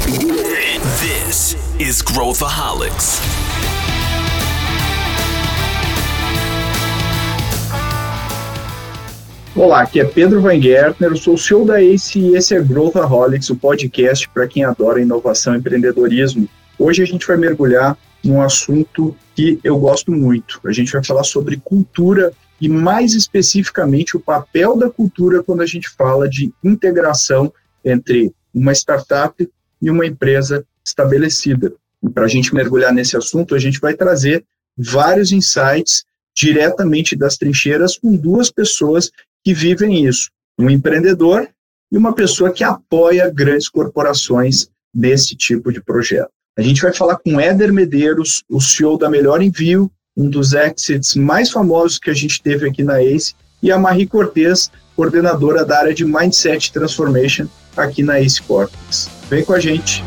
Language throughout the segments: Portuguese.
This is Growthaholics. Olá, aqui é Pedro Van Gertner, eu sou o CEO da ACE e esse é Growthaholics, o podcast para quem adora inovação e empreendedorismo. Hoje a gente vai mergulhar num assunto que eu gosto muito. A gente vai falar sobre cultura e, mais especificamente, o papel da cultura quando a gente fala de integração entre uma startup e uma empresa estabelecida. E para a gente mergulhar nesse assunto, a gente vai trazer vários insights diretamente das trincheiras com duas pessoas que vivem isso, um empreendedor e uma pessoa que apoia grandes corporações nesse tipo de projeto. A gente vai falar com Éder Medeiros, o CEO da Melhor Envio, um dos exits mais famosos que a gente teve aqui na ACE, e a Marie Cortez, coordenadora da área de Mindset Transformation aqui na ACE Cortex. Vem com a gente!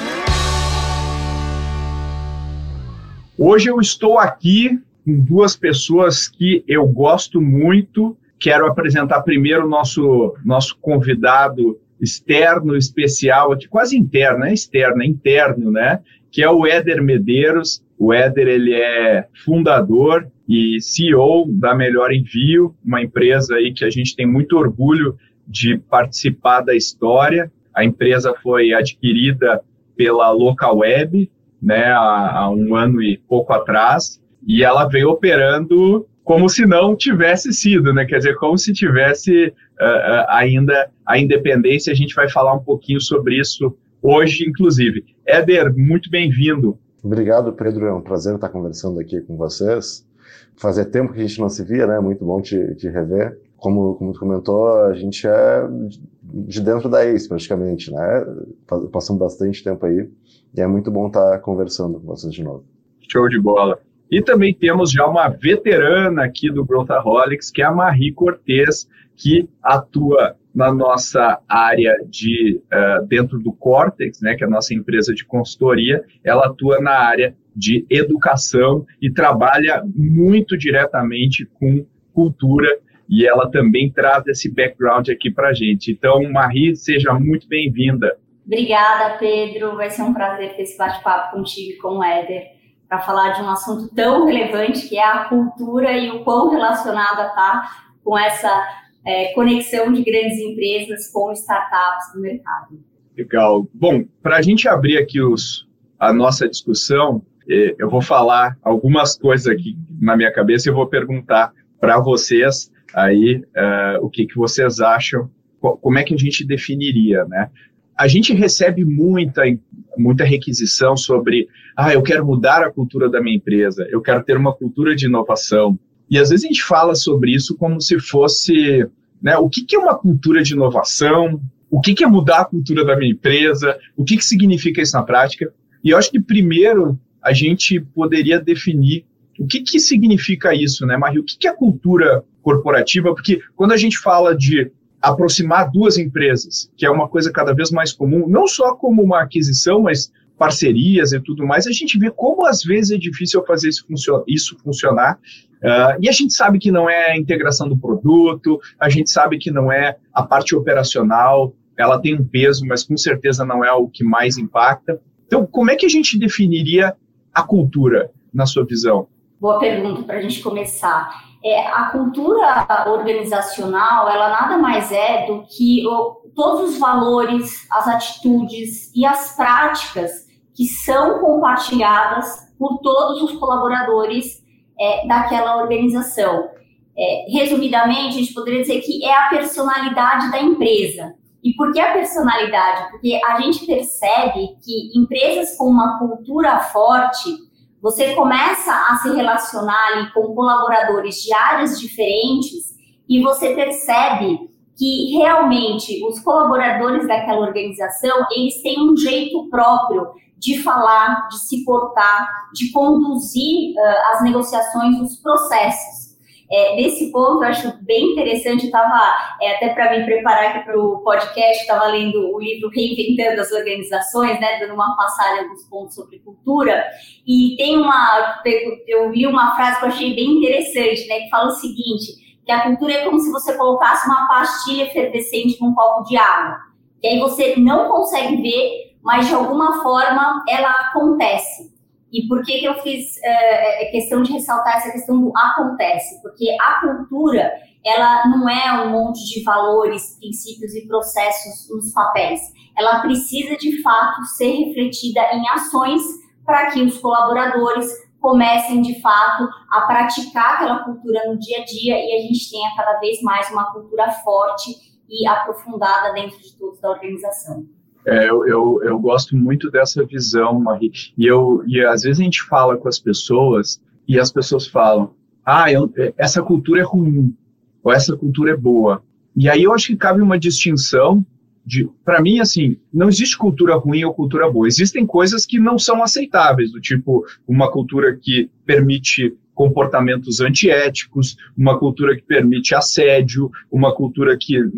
Hoje eu estou aqui com duas pessoas que eu gosto muito. Quero apresentar primeiro o nosso convidado externo, especial, aqui, quase interno, é externo, é interno, né? Que é o Éder Medeiros. O Éder, ele é fundador e CEO da Melhor Envio, uma empresa aí que a gente tem muito orgulho de participar da história. A empresa foi adquirida pela Localweb, né, há um ano e pouco atrás, e ela veio operando como se não tivesse sido, né? Quer dizer, como se tivesse ainda a independência. A gente vai falar um pouquinho sobre isso hoje, inclusive. Éder, muito bem-vindo. Obrigado, Pedro. É um prazer estar conversando aqui com vocês. Fazia tempo que a gente não se via, né? Muito bom te rever. Como tu comentou, a gente é de dentro da ACE, praticamente, né? Passamos bastante tempo aí e é muito bom estar conversando com vocês de novo. Show de bola. E também temos já uma veterana aqui do Growthaholics, que é a Marie Cortez, que atua na nossa área de dentro do Cortex, né, que é a nossa empresa de consultoria. Ela atua na área de educação e trabalha muito diretamente com cultura, e ela também traz esse background aqui para a gente. Então, Marie, seja muito bem-vinda. Obrigada, Pedro. Vai ser um prazer ter esse bate-papo contigo e com o Éder, para falar de um assunto tão relevante que é a cultura e o quão relacionada está com essa conexão de grandes empresas com startups no mercado. Legal. Bom, para a gente abrir aqui a nossa discussão, eu vou falar algumas coisas aqui na minha cabeça e eu vou perguntar para vocês aí o que vocês acham, como é que a gente definiria, né? A gente recebe muita requisição sobre, eu quero mudar a cultura da minha empresa, eu quero ter uma cultura de inovação. E às vezes a gente fala sobre isso como se fosse, né, o que é uma cultura de inovação, o que é mudar a cultura da minha empresa, o que significa isso na prática. E eu acho que primeiro a gente poderia definir o que significa isso, né, Marie? O que é cultura corporativa? Porque quando a gente fala de aproximar duas empresas, que é uma coisa cada vez mais comum, não só como uma aquisição, mas parcerias e tudo mais, a gente vê como às vezes é difícil fazer isso funcionar, e a gente sabe que não é a integração do produto, a gente sabe que não é a parte operacional, ela tem um peso, mas com certeza não é o que mais impacta. Então, como é que a gente definiria a cultura, na sua visão? Boa pergunta para a gente começar. A cultura organizacional, ela nada mais é do que todos os valores, as atitudes e as práticas que são compartilhadas por todos os colaboradores daquela organização. Resumidamente, a gente poderia dizer que é a personalidade da empresa. E por que a personalidade? Porque a gente percebe que empresas com uma cultura forte, você começa a se relacionar ali com colaboradores de áreas diferentes e você percebe que realmente os colaboradores daquela organização, eles têm um jeito próprio de falar, de se portar, de conduzir as negociações, os processos. Nesse ponto, eu acho bem interessante, eu estava, até para me preparar aqui para o podcast, estava lendo o livro Reinventando as Organizações, né, dando uma passada em alguns pontos sobre cultura, e eu li uma frase que eu achei bem interessante, né, que fala o seguinte, que a cultura é como se você colocasse uma pastilha efervescente num copo de água, e aí você não consegue ver mas de alguma forma ela acontece. E por que eu fiz questão de ressaltar essa questão do acontece? Porque a cultura, ela não é um monte de valores, princípios e processos nos papéis. Ela precisa, de fato, ser refletida em ações para que os colaboradores comecem, de fato, a praticar aquela cultura no dia a dia e a gente tenha cada vez mais uma cultura forte e aprofundada dentro de todos da organização. Eu gosto muito dessa visão, Marie. E às vezes a gente fala com as pessoas e as pessoas falam, essa cultura é ruim, ou essa cultura é boa. E aí eu acho que cabe uma distinção para mim, assim, não existe cultura ruim ou cultura boa. Existem coisas que não são aceitáveis, do tipo uma cultura que permite comportamentos antiéticos, uma cultura que permite assédio, uma cultura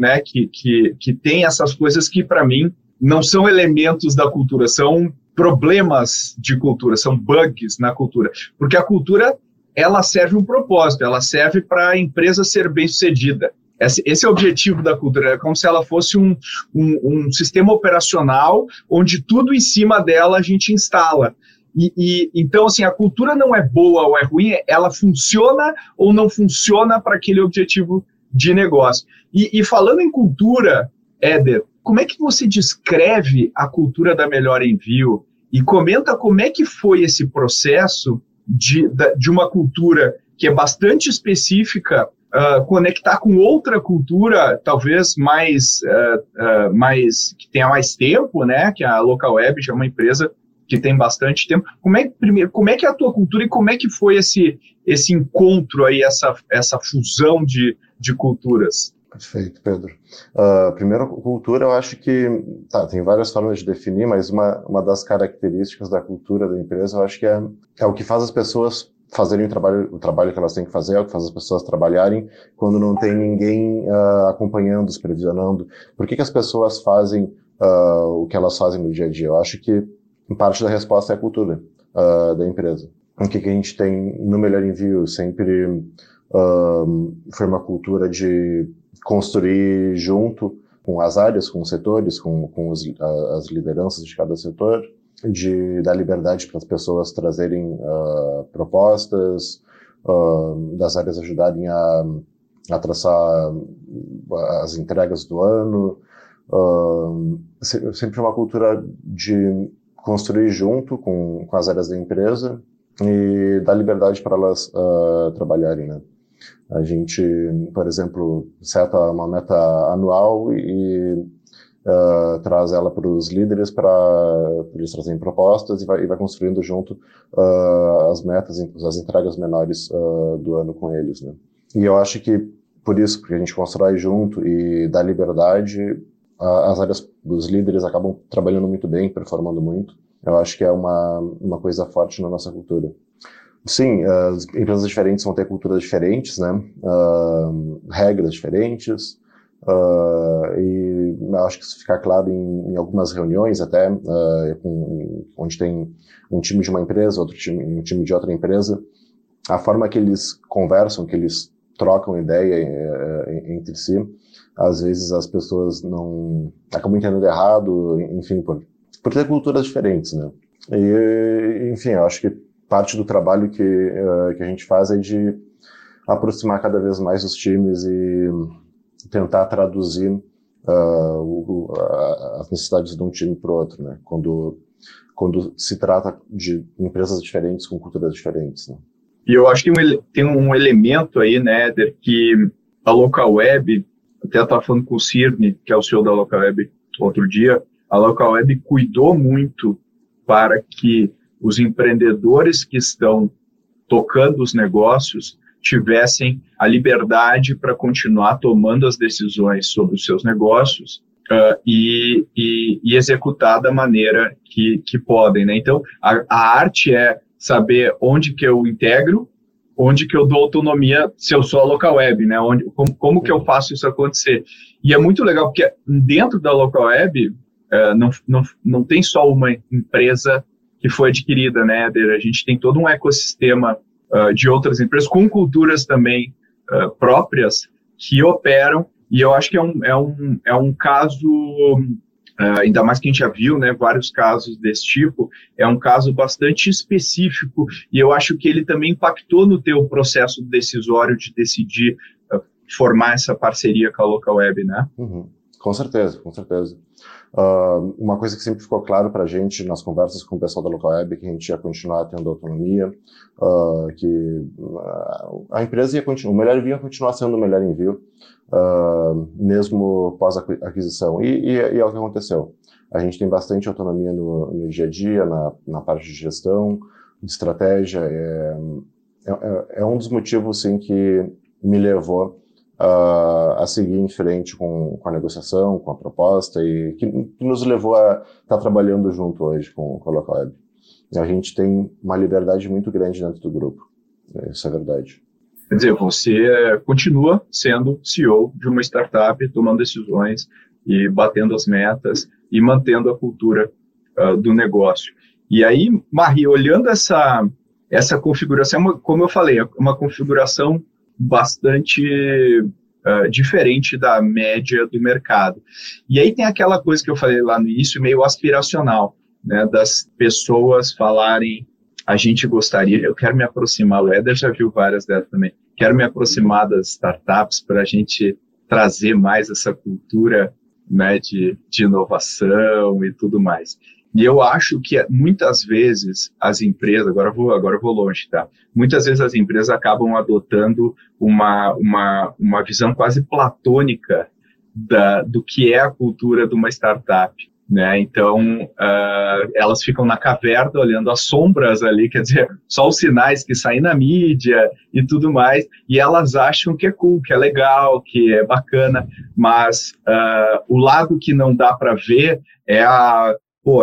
que tem essas coisas que, para mim, não são elementos da cultura, são problemas de cultura, são bugs na cultura. Porque a cultura, ela serve um propósito, ela serve para a empresa ser bem-sucedida. Esse é o objetivo da cultura, é como se ela fosse um sistema operacional onde tudo em cima dela a gente instala. Então, assim, a cultura não é boa ou é ruim, ela funciona ou não funciona para aquele objetivo de negócio. E falando em cultura, Éder, como é que você descreve a cultura da Melhor Envio e comenta como é que foi esse processo de uma cultura que é bastante específica, conectar com outra cultura, talvez mais que tenha mais tempo, né? Que a Localweb já é uma empresa que tem bastante tempo. Como é que é a tua cultura e como é que foi esse encontro aí, essa fusão de culturas? Perfeito, Pedro. Primeiro, cultura, eu acho que tem várias formas de definir, mas uma das características da cultura da empresa, eu acho que é o que faz as pessoas fazerem o trabalho que elas têm que fazer, é o que faz as pessoas trabalharem quando não tem ninguém acompanhando, supervisionando. Por que as pessoas fazem o que elas fazem no dia a dia? Eu acho que parte da resposta é a cultura da empresa. O que a gente tem no Melhor Envio sempre foi uma cultura de construir junto com as áreas, com os setores, com as lideranças de cada setor, de dar liberdade para as pessoas trazerem propostas, das áreas ajudarem a traçar as entregas do ano. Sempre uma cultura de construir junto com as áreas da empresa e dar liberdade para elas trabalharem, né? A gente, por exemplo, seta uma meta anual e traz ela para os líderes para eles trazerem propostas e vai construindo junto as metas, as entregas menores do ano com eles, né? E eu acho que por isso, porque a gente constrói junto e dá liberdade, as áreas dos líderes acabam trabalhando muito bem, performando muito. Eu acho que é uma coisa forte na nossa cultura. Sim, as empresas diferentes vão ter culturas diferentes, né? Regras diferentes, e eu acho que isso fica claro em algumas reuniões até, onde tem um time de uma empresa, um time de outra empresa, a forma que eles conversam, que eles trocam ideia entre si, às vezes as pessoas não acabam entendendo errado, enfim, por ter culturas diferentes, né? E, enfim, eu acho que parte do trabalho que a gente faz é de aproximar cada vez mais os times e tentar traduzir as necessidades de um time para o outro, né? Quando se trata de empresas diferentes com culturas diferentes, né? E eu acho que tem um elemento aí, né, Éder, que a Localweb, até estava falando com o Cirne, que é o CEO da Localweb outro dia, a Localweb cuidou muito para que os empreendedores que estão tocando os negócios tivessem a liberdade para continuar tomando as decisões sobre os seus negócios e executar da maneira que podem, né? Então, a arte é saber onde que eu integro, onde que eu dou autonomia se eu sou a Localweb, né? Como que eu faço isso acontecer? E é muito legal, porque dentro da Localweb não tem só uma empresa que foi adquirida, né? A gente tem todo um ecossistema de outras empresas com culturas também próprias que operam, e eu acho que é um caso ainda mais que a gente já viu, né, vários casos desse tipo, é um caso bastante específico, e eu acho que ele também impactou no teu processo decisório de decidir formar essa parceria com a Local Web, né? Uhum. Com certeza, com certeza. Uma coisa que sempre ficou claro para a gente nas conversas com o pessoal da Local Web é que a gente ia continuar tendo autonomia, que a empresa ia continuar, o Melhor Envio ia continuar sendo o Melhor Envio, mesmo pós-aquisição. E é o que aconteceu. A gente tem bastante autonomia no dia a dia, na parte de gestão, de estratégia. É um dos motivos, sim, que me levou a seguir em frente com a negociação, com a proposta, e que nos levou a estar trabalhando junto hoje com a Local Web. E a gente tem uma liberdade muito grande dentro do grupo. Isso é verdade. Quer dizer, você continua sendo CEO de uma startup, tomando decisões e batendo as metas e mantendo a cultura do negócio. E aí, Marie, olhando essa configuração, como eu falei, é uma configuração bastante diferente da média do mercado. E aí tem aquela coisa que eu falei lá no início, meio aspiracional, né, das pessoas falarem, a gente gostaria, eu quero me aproximar, o Éder já viu várias delas também, quero me aproximar das startups para a gente trazer mais essa cultura, né, de inovação e tudo mais. E eu acho que muitas vezes as empresas, agora eu vou longe, tá? Muitas vezes as empresas acabam adotando uma visão quase platônica do que é a cultura de uma startup, né? Então, elas ficam na caverna olhando as sombras ali, quer dizer, só os sinais que saem na mídia e tudo mais, e elas acham que é cool, que é legal, que é bacana, mas o lado que não dá para ver é a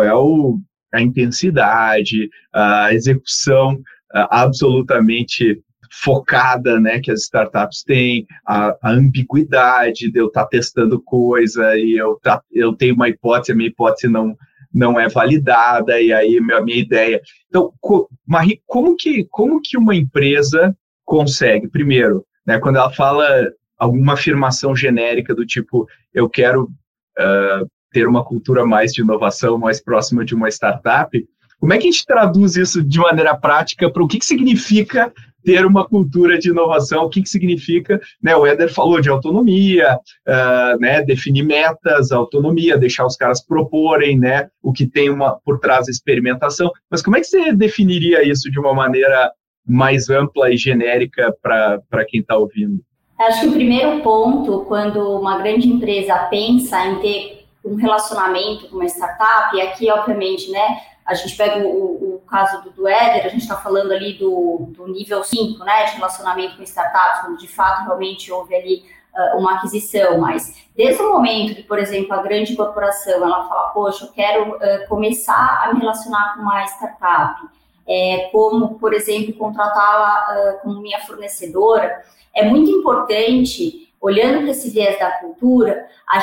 intensidade, a execução absolutamente focada, né, que as startups têm, a ambiguidade de eu estar testando coisa e eu tenho uma hipótese, a minha hipótese não é validada, e aí a minha ideia... Então, Marie, como que uma empresa consegue, primeiro, né, quando ela fala alguma afirmação genérica do tipo, eu quero ter uma cultura mais de inovação, mais próxima de uma startup, como é que a gente traduz isso de maneira prática para o que significa ter uma cultura de inovação, o que significa, né, o Éder falou de autonomia, né, definir metas, autonomia, deixar os caras proporem, né, o que tem por trás da experimentação, mas como é que você definiria isso de uma maneira mais ampla e genérica para quem está ouvindo? Acho que o primeiro ponto, quando uma grande empresa pensa em ter um relacionamento com uma startup, e aqui, obviamente, né, a gente pega o caso do Éder, a gente está falando ali do nível 5, né, de relacionamento com startups, quando de fato realmente houve ali uma aquisição, mas desde o momento que, por exemplo, a grande corporação, ela fala, poxa, eu quero começar a me relacionar com uma startup, como, por exemplo, contratá-la como minha fornecedora, é muito importante, olhando para esse viés da cultura,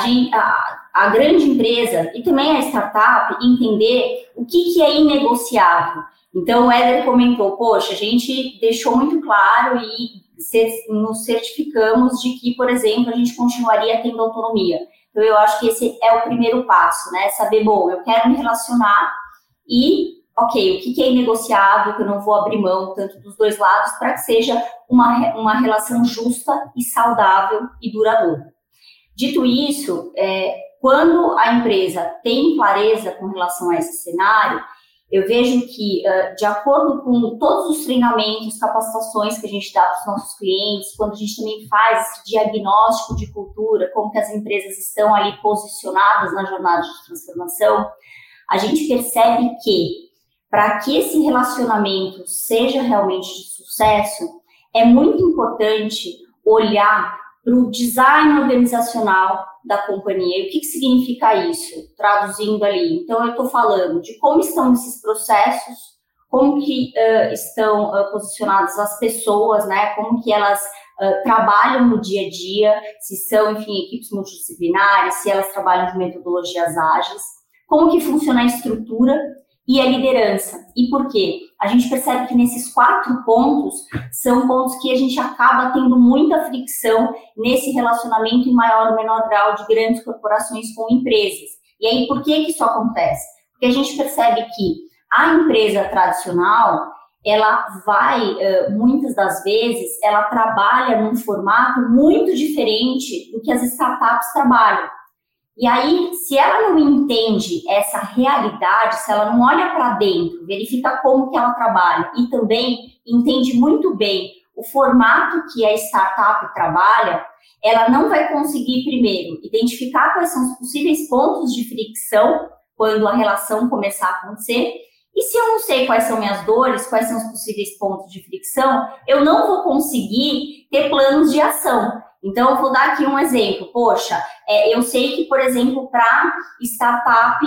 a grande empresa e também a startup entender o que é inegociável. Então, o Éder comentou, poxa, a gente deixou muito claro e nos certificamos de que, por exemplo, a gente continuaria tendo autonomia. Então, eu acho que esse é o primeiro passo, né? Saber, bom, eu quero me relacionar e, ok, o que é inegociável, que eu não vou abrir mão tanto dos dois lados para que seja uma relação justa e saudável e duradoura. Dito isso, quando a empresa tem clareza com relação a esse cenário, eu vejo que, de acordo com todos os treinamentos, capacitações que a gente dá para os nossos clientes, quando a gente também faz esse diagnóstico de cultura, como que as empresas estão ali posicionadas na jornada de transformação, a gente percebe que, para que esse relacionamento seja realmente de sucesso, é muito importante olhar para o design organizacional da companhia. E o que significa isso? Traduzindo ali. Então, eu estou falando de como estão esses processos, como que estão posicionadas as pessoas, né? Como que elas trabalham no dia a dia, se são, enfim, equipes multidisciplinares, se elas trabalham de metodologias ágeis, como que funciona a estrutura e a liderança. E por quê? A gente percebe que nesses 4 pontos são pontos que a gente acaba tendo muita fricção nesse relacionamento em maior ou menor grau de grandes corporações com empresas. E aí, por que isso acontece? Porque a gente percebe que a empresa tradicional, ela vai, muitas das vezes, ela trabalha num formato muito diferente do que as startups trabalham. E aí, se ela não entende essa realidade, se ela não olha para dentro, verifica como que ela trabalha e também entende muito bem o formato que a startup trabalha, ela não vai conseguir, primeiro, identificar quais são os possíveis pontos de fricção quando a relação começar a acontecer. E se eu não sei quais são minhas dores, quais são os possíveis pontos de fricção, eu não vou conseguir ter planos de ação. Então, eu vou dar aqui um exemplo. Poxa, eu sei que, por exemplo, para startup,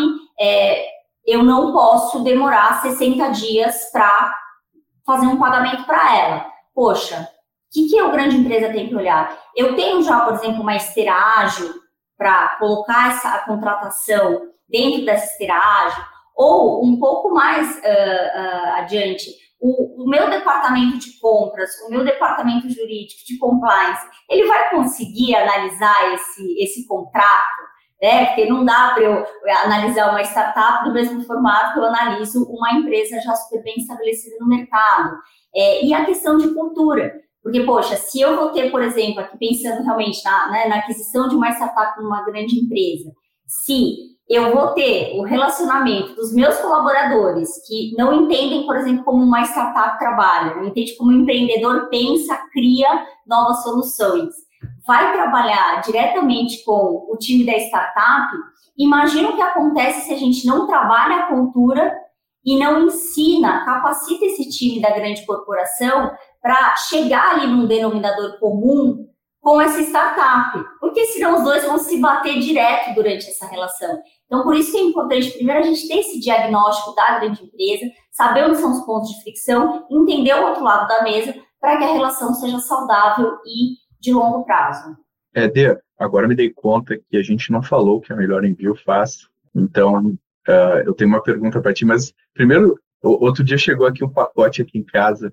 eu não posso demorar 60 dias para fazer um pagamento para ela. Poxa, o que a grande empresa tem que olhar? Eu tenho já, por exemplo, uma esteira ágil para colocar essa contratação dentro dessa esteira ágil, ou um pouco mais adiante, o meu departamento de compras, o meu departamento jurídico de compliance, ele vai conseguir analisar esse contrato, né? Porque não dá para eu analisar uma startup do mesmo formato que eu analiso uma empresa já super bem estabelecida no mercado. E a questão de cultura. Porque, poxa, se eu vou ter, por exemplo, aqui pensando realmente na aquisição de uma startup numa grande empresa, se eu vou ter o relacionamento dos meus colaboradores que não entendem, por exemplo, como uma startup trabalha, não entende como um empreendedor pensa, cria novas soluções, vai trabalhar diretamente com o time da startup, imagina o que acontece se a gente não trabalha a cultura e não ensina, capacita esse time da grande corporação para chegar ali num denominador comum com essa startup, porque senão os dois vão se bater direto durante essa relação. Então, por isso que é importante, primeiro, a gente ter esse diagnóstico da grande empresa, saber onde são os pontos de fricção, entender o outro lado da mesa, para que a relação seja saudável e de longo prazo. Dê, agora me dei conta que a gente não falou o que a Melhor Envio faz, então eu tenho uma pergunta para ti, mas primeiro, outro dia chegou aqui um pacote aqui em casa,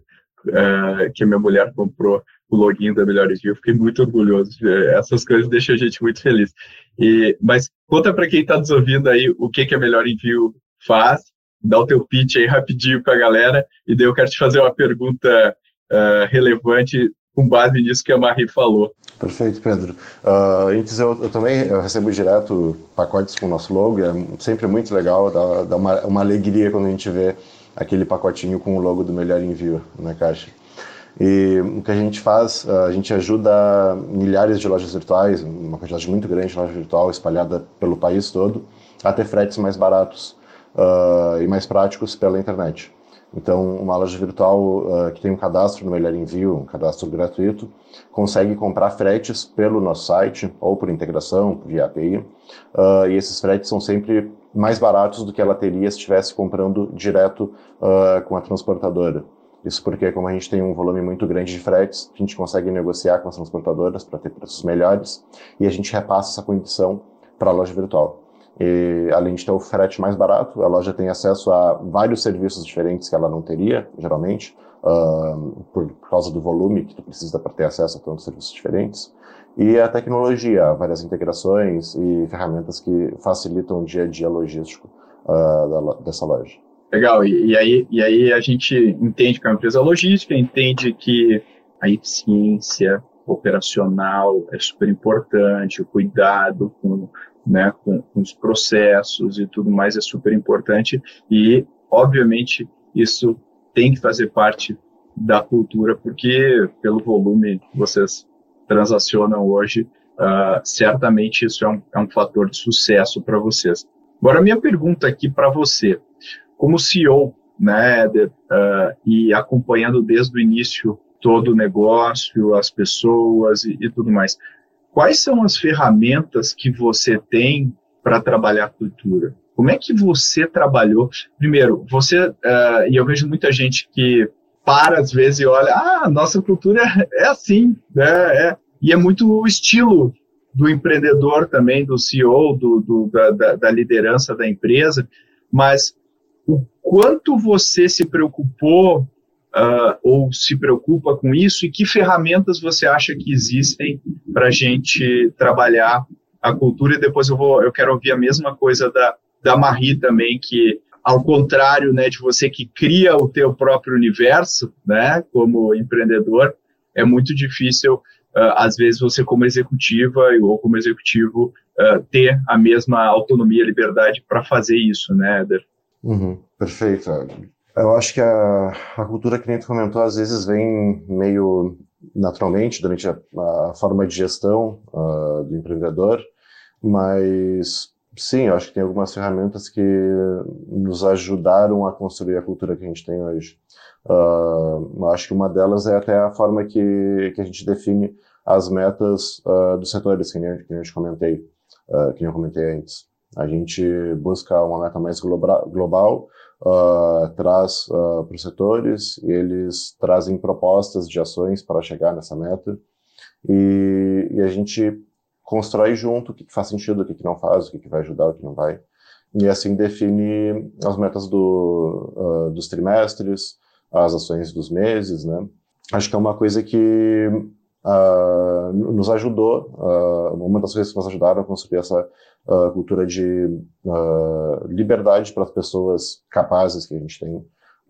que a minha mulher comprou, o login da Melhor Envio, eu fiquei muito orgulhoso, essas coisas deixam a gente muito feliz. Mas conta para quem está nos ouvindo aí o que a Melhor Envio faz, dá o teu pitch aí rapidinho para a galera, e daí eu quero te fazer uma pergunta relevante com base nisso que a Marie falou. Perfeito, Pedro. Antes eu também recebo direto pacotes com o nosso logo, é sempre muito legal, dá uma alegria quando a gente vê aquele pacotinho com o logo do Melhor Envio na caixa. E o que a gente faz, a gente ajuda milhares de lojas virtuais, uma quantidade muito grande de loja virtual espalhada pelo país todo, a ter fretes mais baratos e mais práticos pela internet. Então, uma loja virtual que tem um cadastro no Melhor Envio, um cadastro gratuito, consegue comprar fretes pelo nosso site ou por integração, via API, e esses fretes são sempre mais baratos do que ela teria se estivesse comprando direto com a transportadora. Isso porque, como a gente tem um volume muito grande de fretes, a gente consegue negociar com as transportadoras para ter preços melhores e a gente repassa essa condição para a loja virtual. E, além de ter o frete mais barato, a loja tem acesso a vários serviços diferentes que ela não teria, geralmente, por causa do volume que tu precisa para ter acesso a tantos serviços diferentes. E a tecnologia, várias integrações e ferramentas que facilitam o dia a dia logístico dessa loja. Legal, e aí a gente entende que é uma empresa logística, entende que a eficiência operacional é super importante, o cuidado com os processos e tudo mais é super importante e, obviamente, isso tem que fazer parte da cultura, porque pelo volume que vocês transacionam hoje, certamente isso é um fator de sucesso para vocês. Agora, a minha pergunta aqui para você, como CEO, e acompanhando desde o início todo o negócio, as pessoas e tudo mais, quais são as ferramentas que você tem para trabalhar a cultura? Como é que você trabalhou? Primeiro, e eu vejo muita gente que para às vezes e olha, nossa cultura é assim, né? E é muito o estilo do empreendedor também, do CEO, da liderança da empresa, mas o quanto você se preocupou ou se preocupa com isso e que ferramentas você acha que existem para a gente trabalhar a cultura, e depois eu quero ouvir a mesma coisa da Marie também, que ao contrário, né, de você que cria o teu próprio universo, né, como empreendedor, é muito difícil, às vezes, você como executiva ou como executivo ter a mesma autonomia e liberdade para fazer isso, né, Éder? Perfeito. Eu acho que a cultura que nem tu comentou, às vezes vem meio naturalmente durante a forma de gestão do empreendedor, mas sim, eu acho que tem algumas ferramentas que nos ajudaram a construir a cultura que a gente tem hoje. Eu acho que uma delas é até a forma que a gente define as metas dos setores, que eu comentei antes. A gente busca uma meta mais global, traz para os setores, e eles trazem propostas de ações para chegar nessa meta, e a gente constrói junto o que faz sentido, o que não faz, o que vai ajudar, o que não vai, e assim define as metas dos trimestres, as ações dos meses, né? Acho que é uma coisa que nos ajudou, uma das coisas que nos ajudaram a construir essa cultura de liberdade para as pessoas capazes que a gente tem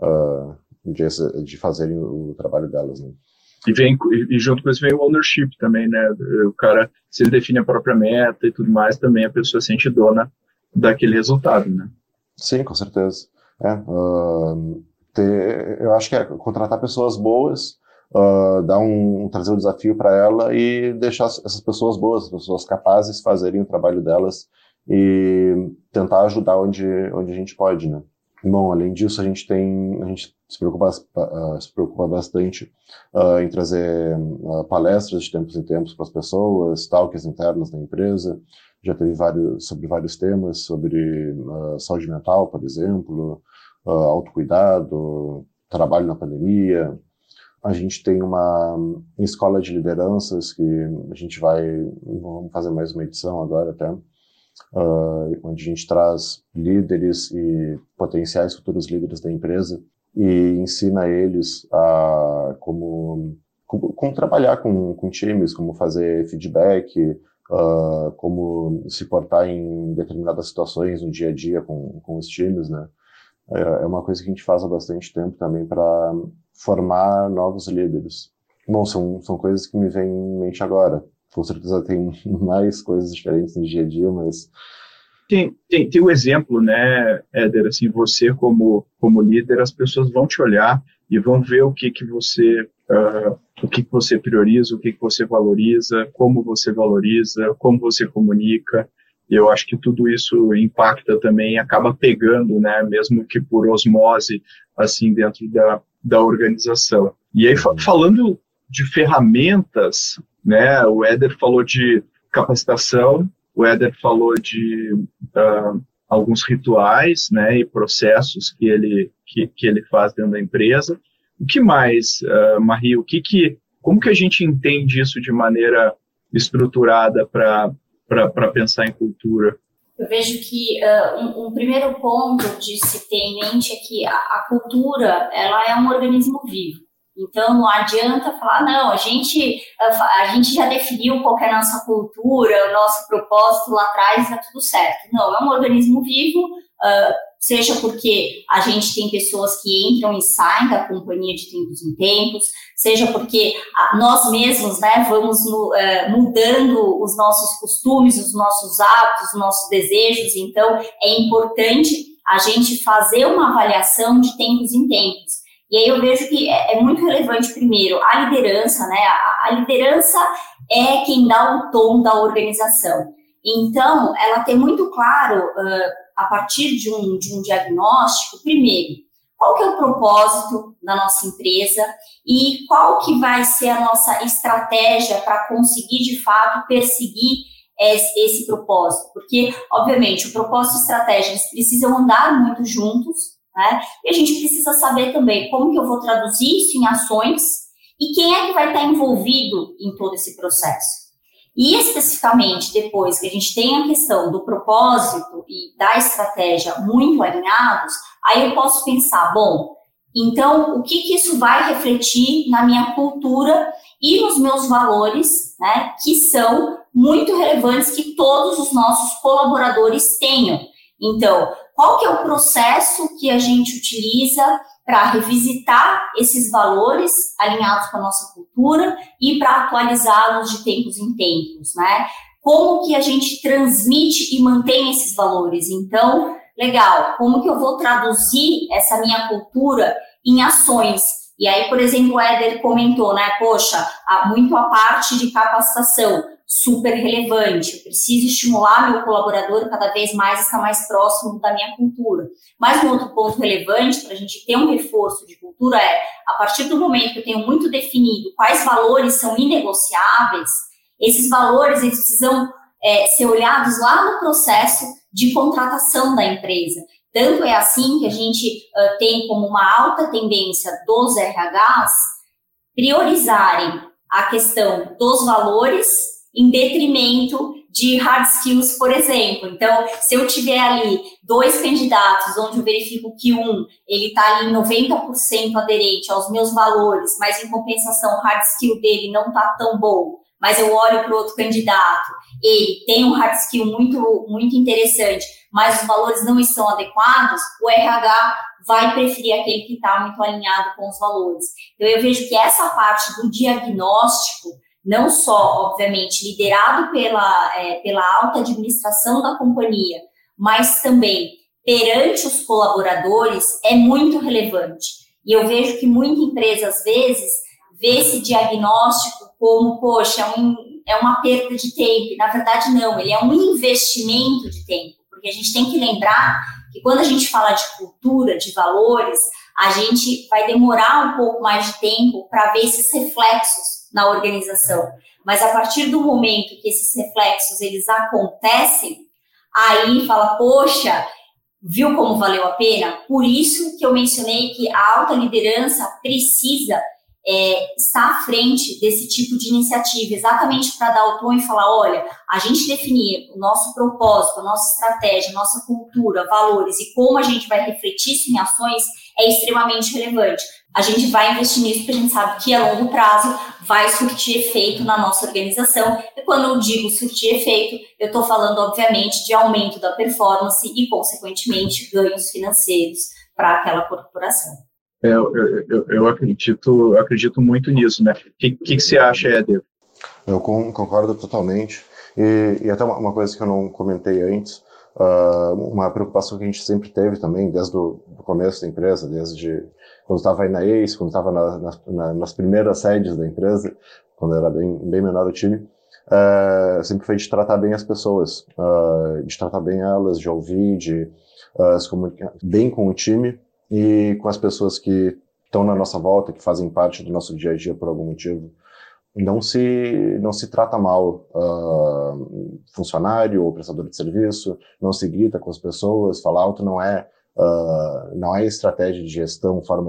de fazerem o trabalho delas, né? E junto com isso vem o ownership também, né? O cara, se ele define a própria meta e tudo mais, também a pessoa se sente dona daquele resultado, né? Sim, com certeza. Eu acho que contratar pessoas boas, trazer um desafio para ela e deixar essas pessoas boas, as pessoas capazes fazerem o trabalho delas e tentar ajudar onde a gente pode, né? Bom, além disso, a gente se preocupa bastante em trazer palestras de tempos em tempos para as pessoas, talks internas da empresa. Já teve sobre vários temas, sobre saúde mental, por exemplo, autocuidado, trabalho na pandemia. A gente tem uma escola de lideranças que a gente vamos fazer mais uma edição agora até, onde a gente traz líderes e potenciais futuros líderes da empresa e ensina eles a como trabalhar com times, como fazer feedback, como se portar em determinadas situações no dia a dia com os times, né? É uma coisa que a gente faz há bastante tempo também para formar novos líderes. Bom, são coisas que me vêm em mente agora. Com certeza tem mais coisas diferentes no dia a dia, mas... Tem o exemplo, né, Éder, assim, você como líder, as pessoas vão te olhar e vão ver o que você prioriza, o que você valoriza, como você comunica. E eu acho que tudo isso impacta também, acaba pegando, né, mesmo que por osmose, assim, dentro da organização. E aí, falando de ferramentas, né, o Éder falou de capacitação, o Éder falou de alguns rituais, né, e processos que ele faz dentro da empresa. O que mais, Marie, como que a gente entende isso de maneira estruturada para pensar em cultura? Eu vejo que um primeiro ponto de se ter em mente é que a cultura, ela é um organismo vivo. Então, não adianta falar, não, a gente já definiu qual que é a nossa cultura, o nosso propósito lá atrás, está tudo certo. Não, é um organismo vivo, seja porque a gente tem pessoas que entram e saem da companhia de tempos em tempos, seja porque nós mesmos, né, vamos mudando os nossos costumes, os nossos hábitos, os nossos desejos. Então, é importante a gente fazer uma avaliação de tempos em tempos. E aí eu vejo que é muito relevante, primeiro, a liderança, né? A liderança é quem dá o tom da organização. Então, ela tem muito claro, a partir de um diagnóstico, primeiro, qual que é o propósito da nossa empresa e qual que vai ser a nossa estratégia para conseguir, de fato, perseguir esse propósito. Porque, obviamente, o propósito e a estratégia, eles precisam andar muito juntos, né? E a gente precisa saber também como que eu vou traduzir isso em ações e quem é que vai estar envolvido em todo esse processo. E especificamente depois que a gente tem a questão do propósito e da estratégia muito alinhados, aí eu posso pensar, bom, então o que isso vai refletir na minha cultura e nos meus valores, né, que são muito relevantes que todos os nossos colaboradores tenham. Então, qual que é o processo que a gente utiliza para revisitar esses valores alinhados com a nossa cultura e para atualizá-los de tempos em tempos, né? Como que a gente transmite e mantém esses valores? Então, legal, como que eu vou traduzir essa minha cultura em ações? E aí, por exemplo, o Éder comentou, né? Poxa, muito a parte de capacitação, super relevante. Eu preciso estimular meu colaborador cada vez mais a estar mais próximo da minha cultura. Mas um outro ponto relevante para a gente ter um reforço de cultura é, a partir do momento que eu tenho muito definido quais valores são inegociáveis, esses valores eles precisam ser olhados lá no processo de contratação da empresa. Tanto é assim que a gente tem como uma alta tendência dos RHs priorizarem a questão dos valores em detrimento de hard skills, por exemplo. Então, se eu tiver ali 2 candidatos, onde eu verifico que ele está ali em 90% aderente aos meus valores, mas em compensação o hard skill dele não está tão bom, mas eu olho para o outro candidato, ele tem um hard skill muito, muito interessante, mas os valores não estão adequados, o RH vai preferir aquele que está muito alinhado com os valores. Então, eu vejo que essa parte do diagnóstico, não só, obviamente, liderado pela alta administração da companhia, mas também perante os colaboradores, é muito relevante. E eu vejo que muita empresa, às vezes, vê esse diagnóstico como, poxa, é uma perda de tempo. Na verdade, não, ele é um investimento de tempo, porque a gente tem que lembrar que quando a gente fala de cultura, de valores, a gente vai demorar um pouco mais de tempo para ver esses reflexos na organização. Mas a partir do momento que esses reflexos eles acontecem, aí fala, poxa, viu como valeu a pena? Por isso que eu mencionei que a alta liderança precisa estar à frente desse tipo de iniciativa, exatamente para dar o tom e falar, olha, a gente definir o nosso propósito, a nossa estratégia, a nossa cultura, valores e como a gente vai refletir isso em ações é extremamente relevante. A gente vai investir nisso porque a gente sabe que a longo prazo vai surtir efeito na nossa organização. E quando eu digo surtir efeito, eu estou falando, obviamente, de aumento da performance e, consequentemente, ganhos financeiros para aquela corporação. Eu acredito muito nisso, né? O que você acha, Éder? Eu concordo totalmente. E até uma coisa que eu não comentei antes, uma preocupação que a gente sempre teve também, desde o começo da empresa, desde quando estava aí na ACE, quando estava nas primeiras sedes da empresa, quando era bem menor o time, sempre foi de tratar bem as pessoas, de tratar bem elas, de ouvir, de se comunicar bem com o time e com as pessoas que estão na nossa volta, que fazem parte do nosso dia a dia por algum motivo. Não se trata mal funcionário ou prestador de serviço, não se grita com as pessoas, falar alto não é estratégia de gestão, forma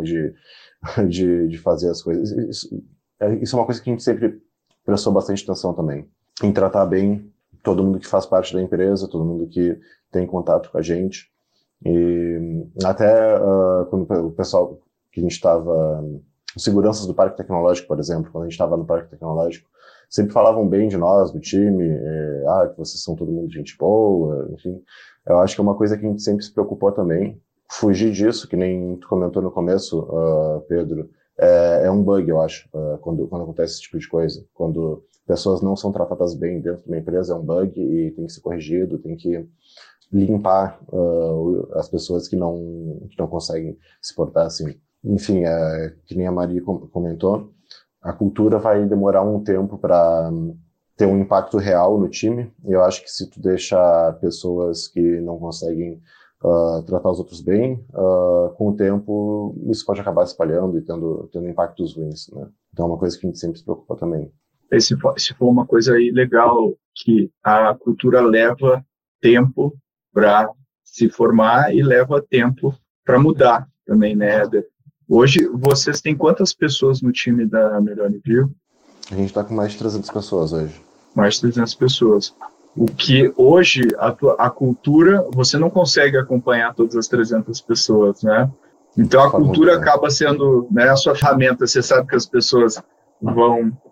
de fazer as coisas. Isso é uma coisa que a gente sempre prestou bastante atenção também, em tratar bem todo mundo que faz parte da empresa, todo mundo que tem contato com a gente. E até quando o pessoal que a gente estava... Os seguranças do Parque Tecnológico, por exemplo, quando a gente estava no Parque Tecnológico, sempre falavam bem de nós, do time, que vocês são todo mundo gente boa, enfim. Eu acho que é uma coisa que a gente sempre se preocupou também. Fugir disso, que nem tu comentou no começo, Pedro, é um bug, eu acho, quando acontece esse tipo de coisa. Quando pessoas não são tratadas bem dentro de uma empresa, é um bug e tem que ser corrigido, tem que limpar as pessoas que não conseguem se portar assim. Enfim, que nem a Maria comentou, a cultura vai demorar um tempo para ter um impacto real no time, e eu acho que se tu deixa pessoas que não conseguem tratar os outros bem, com o tempo isso pode acabar espalhando e tendo impactos ruins, né? Então é uma coisa que a gente sempre se preocupa também. Se for uma coisa aí legal, que a cultura leva tempo para se formar e leva tempo para mudar também, né, Éder? Hoje, vocês têm quantas pessoas no time da Melhor Envio? A gente está com mais de 300 pessoas hoje. Mais de 300 pessoas. O que hoje, a cultura, você não consegue acompanhar todas as 300 pessoas, né? Então, a cultura acaba sendo, né, a sua ferramenta. Você sabe que as pessoas vão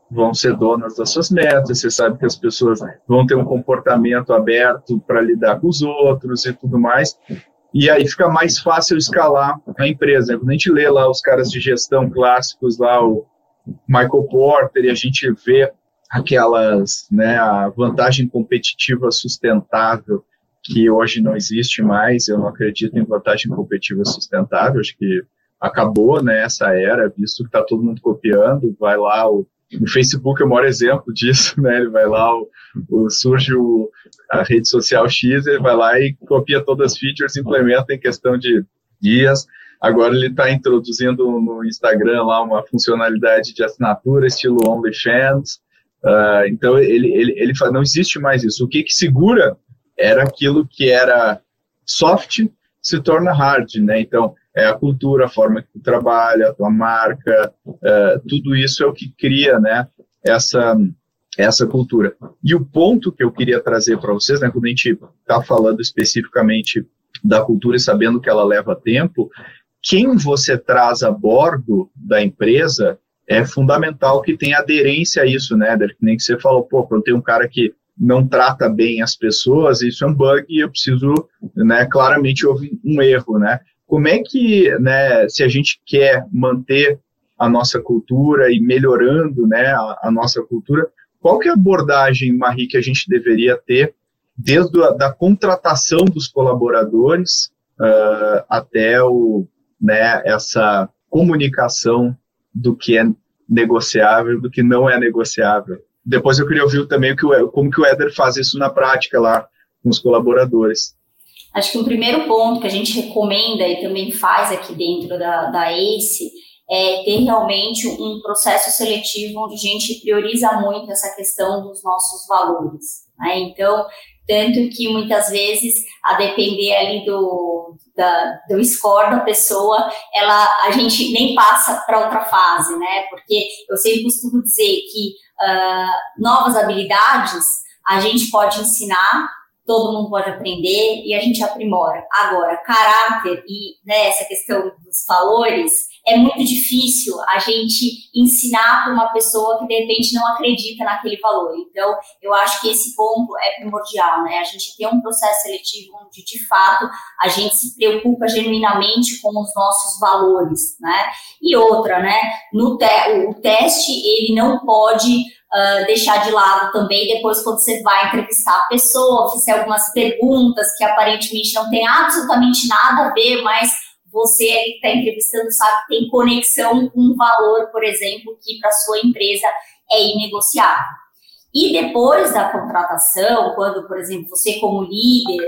vão ser donas das suas metas, você sabe que as pessoas vão ter um comportamento aberto para lidar com os outros e tudo mais, e aí fica mais fácil escalar a empresa. Quando a gente lê lá os caras de gestão clássicos, lá o Michael Porter, e a gente vê aquelas, né, a vantagem competitiva sustentável, que hoje não existe mais. Eu não acredito em vantagem competitiva sustentável, acho que acabou, né, essa era, visto que está todo mundo copiando. Vai lá, o Facebook é o maior exemplo disso, né, ele vai lá, surge a rede social X, ele vai lá e copia todas as features, implementa em questão de dias. Agora ele está introduzindo no Instagram lá uma funcionalidade de assinatura, estilo OnlyFans. Então ele fala, não existe mais isso. O que segura era aquilo que era soft, se torna hard, né? Então, é a cultura, a forma que tu trabalha, a tua marca, tudo isso é o que cria, né, essa cultura. E o ponto que eu queria trazer para vocês, né, quando a gente está falando especificamente da cultura e sabendo que ela leva tempo, quem você traz a bordo da empresa é fundamental que tenha aderência a isso, né, que nem que você falou, pô, quando tem um cara que não trata bem as pessoas, isso é um bug e eu preciso, né, claramente houve um erro, né. Como é que, né, se a gente quer manter a nossa cultura e melhorando, né, a nossa cultura, qual que é a abordagem, Marie, que a gente deveria ter desde da contratação dos colaboradores até né, essa comunicação do que é negociável, do que não é negociável? Depois eu queria ouvir também como que o Éder faz isso na prática lá com os colaboradores. Acho que o primeiro ponto que a gente recomenda e também faz aqui dentro da ACE é ter realmente um processo seletivo onde a gente prioriza muito essa questão dos nossos valores, né? Então, tanto que muitas vezes, a depender ali do score da pessoa, a gente nem passa para outra fase, né? Porque eu sempre costumo dizer que novas habilidades a gente pode ensinar, todo mundo pode aprender e a gente aprimora. Agora, caráter e, né, essa questão dos valores, é muito difícil a gente ensinar para uma pessoa que, de repente, não acredita naquele valor. Então, eu acho que esse ponto é primordial, né? A gente tem um processo seletivo onde, de fato, a gente se preocupa genuinamente com os nossos valores, né? E outra, né? O teste, ele não pode deixar de lado também, depois quando você vai entrevistar a pessoa, fazer algumas perguntas que aparentemente não tem absolutamente nada a ver, mas você que está entrevistando sabe que tem conexão com um valor, por exemplo, que para a sua empresa é inegociável. E depois da contratação, quando, por exemplo, você como líder,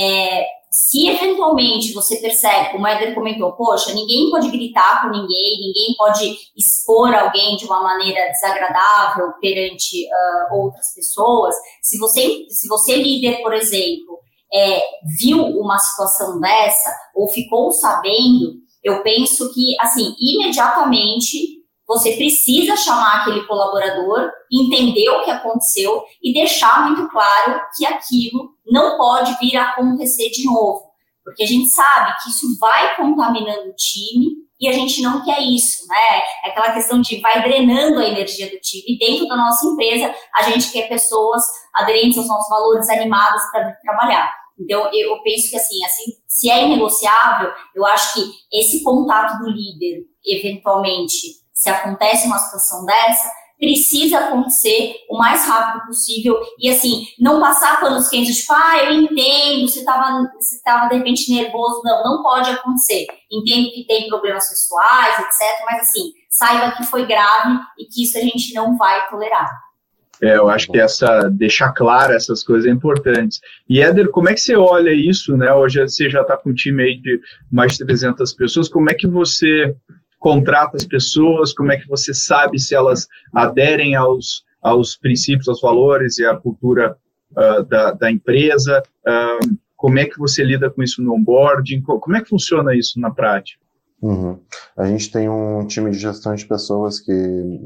se eventualmente você percebe, como o Éder comentou, poxa, ninguém pode gritar com ninguém pode expor alguém de uma maneira desagradável perante outras pessoas. Se você líder, por exemplo, viu uma situação dessa ou ficou sabendo, eu penso que, assim, imediatamente você precisa chamar aquele colaborador, entender o que aconteceu e deixar muito claro que aquilo não pode vir a acontecer de novo, porque a gente sabe que isso vai contaminando o time e a gente não quer isso, né? É aquela questão de vai drenando a energia do time. E dentro da nossa empresa, a gente quer pessoas aderentes aos nossos valores, animadas para trabalhar. Então, eu penso que, assim, se é inegociável, eu acho que esse contato do líder, eventualmente, se acontece uma situação dessa, precisa acontecer o mais rápido possível e, assim, não passar panos quentes, tipo, eu entendo, você estava de repente nervoso. Não pode acontecer. Entendo que tem problemas pessoais, etc., mas, assim, saiba que foi grave e que isso a gente não vai tolerar. Eu acho que deixar claro essas coisas é importante. E, Éder, como é que você olha isso, né? Hoje você já está com um time aí de mais de 300 pessoas, como é que você contrata as pessoas, como é que você sabe se elas aderem aos princípios, aos valores e à cultura da empresa? Como é que você lida com isso no onboarding? Como é que funciona isso na prática? Uhum. A gente tem um time de gestão de pessoas que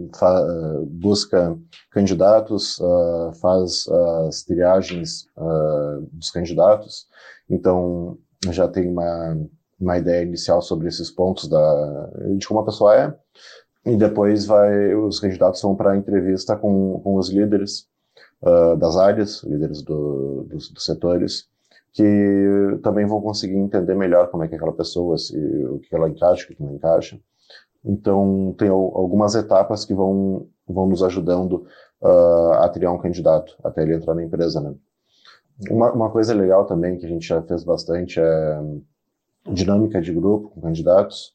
busca candidatos, faz as triagens dos candidatos, então já tem uma ideia inicial sobre esses pontos de como a pessoa é. e depois os candidatos vão para a entrevista com os líderes das áreas, líderes dos setores, que também vão conseguir entender melhor como é que é aquela pessoa, o que ela encaixa, o que não encaixa. Então, tem algumas etapas que vão nos ajudando a triar um candidato, até ele entrar na empresa, né? Uma coisa legal também, que a gente já fez bastante, é dinâmica de grupo com candidatos.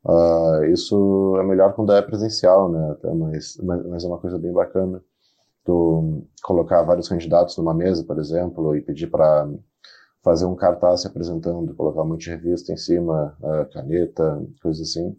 Isso é melhor quando é presencial, né? Até, mas é uma coisa bem bacana. Tu colocar vários candidatos numa mesa, por exemplo, e pedir para fazer um cartaz se apresentando, colocar um monte de revista em cima, caneta, coisa assim.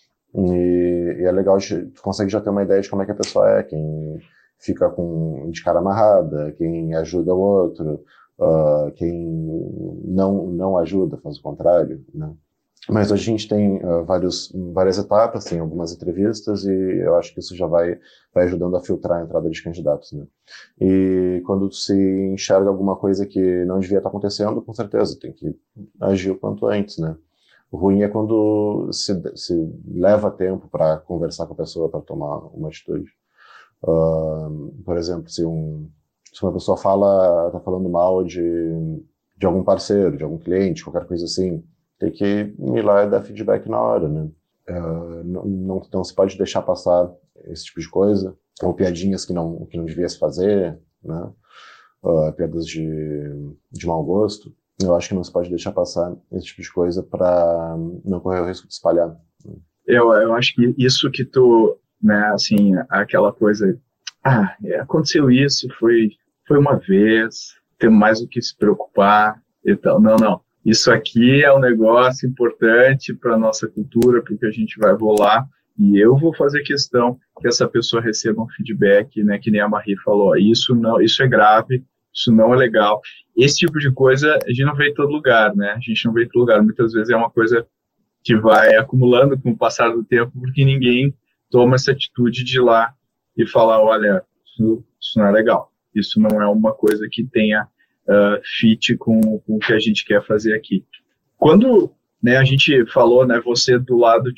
E é legal, tu consegue já ter uma ideia de como é que a pessoa é, quem fica de cara amarrada, quem ajuda o outro, quem não ajuda, faz o contrário, né? Mas hoje a gente tem várias etapas, tem algumas entrevistas, e eu acho que isso já vai ajudando a filtrar a entrada de candidatos, né? E quando se enxerga alguma coisa que não devia estar acontecendo, com certeza tem que agir o quanto antes, né? O ruim é quando se leva tempo para conversar com a pessoa, para tomar uma atitude. Por exemplo, se uma pessoa está falando mal de algum parceiro, de algum cliente, qualquer coisa assim, tem que ir lá e dar feedback na hora, né? Não se pode deixar passar esse tipo de coisa, ou piadinhas que não devia se fazer, né? Piadas de mau gosto. Eu acho que não se pode deixar passar esse tipo de coisa para não correr o risco de espalhar, né? Eu acho que isso que tu, né, assim, aquela coisa, aconteceu isso, foi uma vez, tem mais do que se preocupar e tal. Não. Isso aqui é um negócio importante para a nossa cultura, porque a gente vai rolar, e eu vou fazer questão que essa pessoa receba um feedback, né, que nem a Marie falou, isso é grave, isso não é legal. Esse tipo de coisa a gente não vê em todo lugar, né? A gente não vê em todo lugar. Muitas vezes é uma coisa que vai acumulando com o passar do tempo, porque ninguém toma essa atitude de ir lá e falar, olha, isso não é legal. Isso não é uma coisa que tenha fit com o que a gente quer fazer aqui. Quando, né, a gente falou, né, você do lado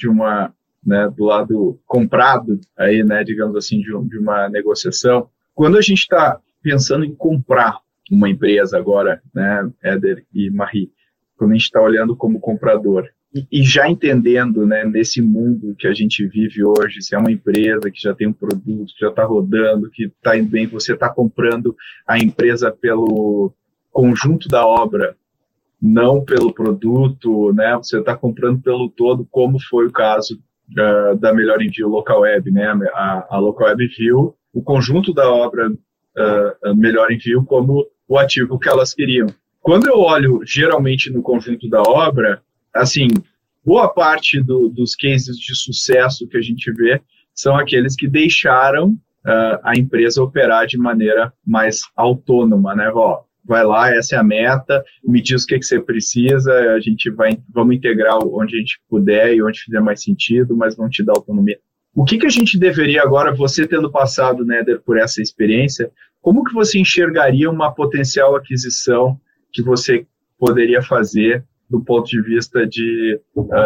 do lado comprado, aí, né, digamos assim, de uma negociação, quando a gente está pensando em comprar uma empresa agora, né, Éder e Marie, quando a gente está olhando como comprador, e já entendendo, né, nesse mundo que a gente vive hoje, se é uma empresa que já tem um produto, que já está rodando, que está indo bem, você está comprando a empresa pelo conjunto da obra, não pelo produto, né, você está comprando pelo todo, como foi o caso da Melhor Envio Local Web, né, a Local Web viu o conjunto da obra Melhor Envio como o ativo que elas queriam. Quando eu olho geralmente no conjunto da obra, assim, boa parte dos cases de sucesso que a gente vê são aqueles que deixaram a empresa operar de maneira mais autônoma, né? Vai lá, essa é a meta, me diz o que você precisa, a gente vamos integrar onde a gente puder e onde fizer mais sentido, mas vamos te dar autonomia. O que a gente deveria agora, você tendo passado, né, Éder, por essa experiência, como que você enxergaria uma potencial aquisição que você poderia fazer do ponto de vista de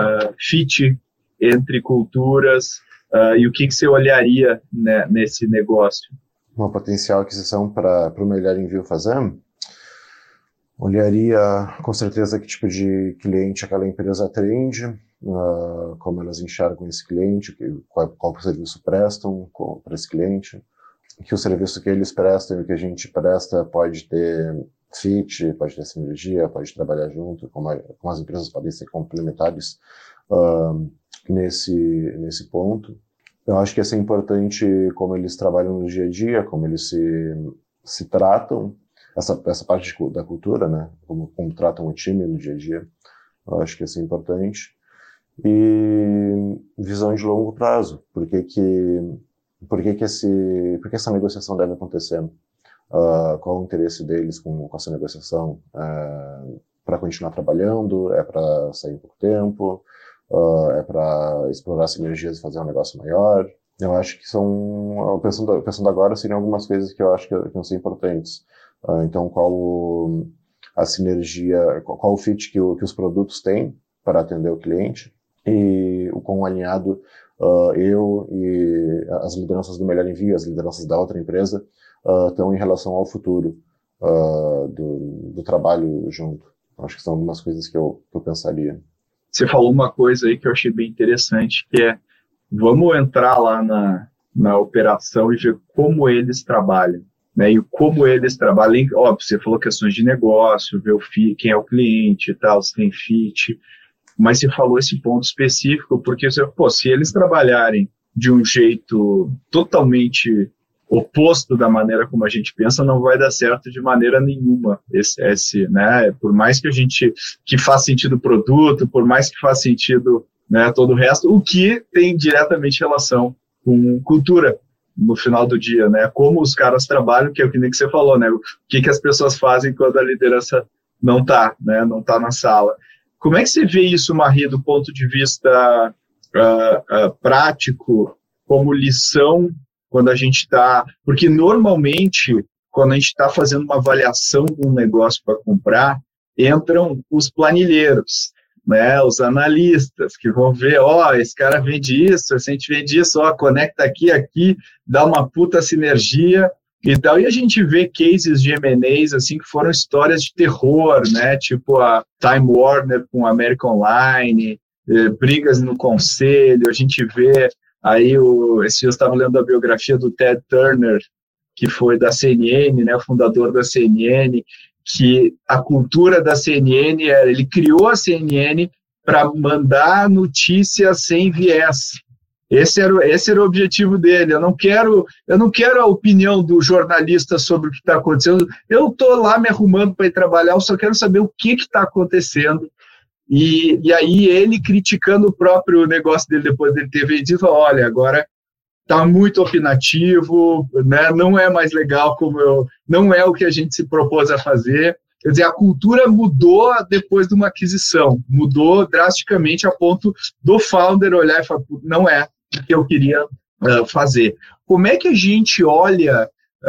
fit entre culturas, e o que você olharia, né, nesse negócio? Uma potencial aquisição para o Melhor Envio fazer? Olharia com certeza que tipo de cliente aquela empresa atende, como elas enxergam esse cliente, qual serviço prestam para esse cliente, que o serviço que eles prestam e o que a gente presta pode ter fit, pode ter sinergia, pode trabalhar junto, como as empresas podem ser complementares nesse ponto. Eu acho que ia ser importante como eles trabalham no dia a dia, como eles se tratam, essa parte da cultura, né? Como tratam o time no dia a dia. Eu acho que ia ser importante. E visão de longo prazo. Por que essa negociação deve acontecer? Qual o interesse deles com essa negociação? Para continuar trabalhando? É para sair em pouco tempo? É para explorar sinergias e fazer um negócio maior? Eu acho que pensando agora, seriam algumas coisas que eu acho que vão ser importantes. Então, qual a sinergia, qual o fit que os produtos têm para atender o cliente, e o quão alinhado eu e as lideranças do Melhor Envio, as lideranças da outra empresa, estão em relação ao futuro do trabalho junto. Acho que são algumas coisas que eu pensaria. Você falou uma coisa aí que eu achei bem interessante, que é, vamos entrar lá na operação e ver como eles trabalham, né? E como eles trabalham, óbvio, você falou questões de negócio, ver quem é o cliente e tal, se tem fit, mas você falou esse ponto específico, porque se eles trabalharem de um jeito totalmente oposto da maneira como a gente pensa, não vai dar certo de maneira nenhuma. Né? Por mais que faça sentido o produto, por mais que faça sentido, né, todo o resto, o que tem diretamente relação com cultura no final do dia, né? Como os caras trabalham, que é o que nem que você falou, né? O que as pessoas fazem quando a liderança não está, né? Não está na sala. Como é que você vê isso, Marie, do ponto de vista prático, como lição, quando a gente está... Porque, normalmente, quando a gente está fazendo uma avaliação de um negócio para comprar, entram os planilheiros, né? Os analistas, que vão ver, esse cara vende isso, se a gente vende isso, conecta aqui, dá uma puta sinergia e tal. E a gente vê cases de M&As, assim, que foram histórias de terror, né? Tipo a Time Warner com a American Online, brigas no conselho, a gente vê... Aí, esse dia eu estava lendo a biografia do Ted Turner, que foi da CNN, né, o fundador da CNN, que a cultura da CNN ele criou a CNN para mandar notícias sem viés. Esse era o objetivo dele. Eu não quero a opinião do jornalista sobre o que está acontecendo. Eu estou lá me arrumando para ir trabalhar, eu só quero saber o que está acontecendo. E aí ele criticando o próprio negócio dele depois dele ter vendido, falou, olha, agora está muito opinativo, né? Não é mais legal não é o que a gente se propôs a fazer. Quer dizer, a cultura mudou depois de uma aquisição, mudou drasticamente a ponto do founder olhar e falar, não é o que eu queria fazer. Como é que a gente olha